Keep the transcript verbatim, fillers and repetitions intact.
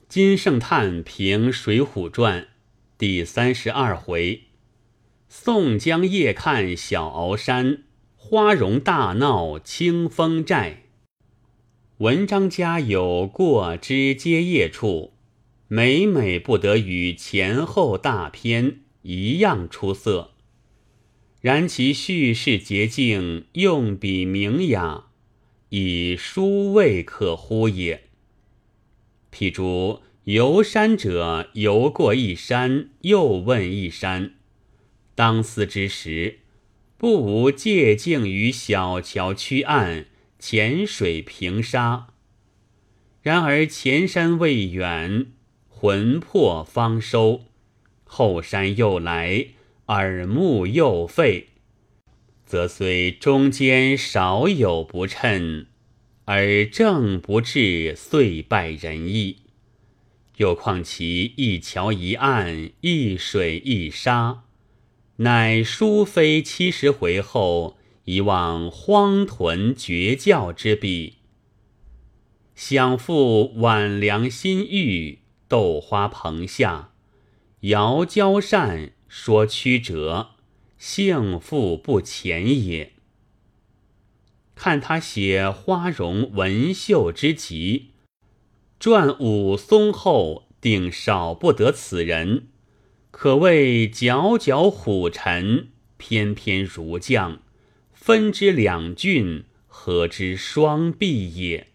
金圣叹评《水浒传》第三十二回：宋江夜看小鳌山，花荣大闹清风寨。文章家有过之接业处，每每不得与前后大篇一样出色，然其叙事捷径，用笔明雅，以殊未可乎也。譬如游山者游过一山，又问一山，当思之时，不无借镜于小桥曲岸，浅水平沙。然而前山未远，魂魄方收，后山又来，耳目又废，则虽中间少有不称，而正不至遂败人意。又况其一桥一岸，一水一沙，乃书非七十回后，一望荒屯绝教之笔。想复晚凉新玉，豆花棚下，遥交扇，说曲折，幸复不浅也。看他写花荣文秀之极，传武松后定少不得此人，可谓皎皎虎臣，翩翩儒将，分之两郡，合之双璧也。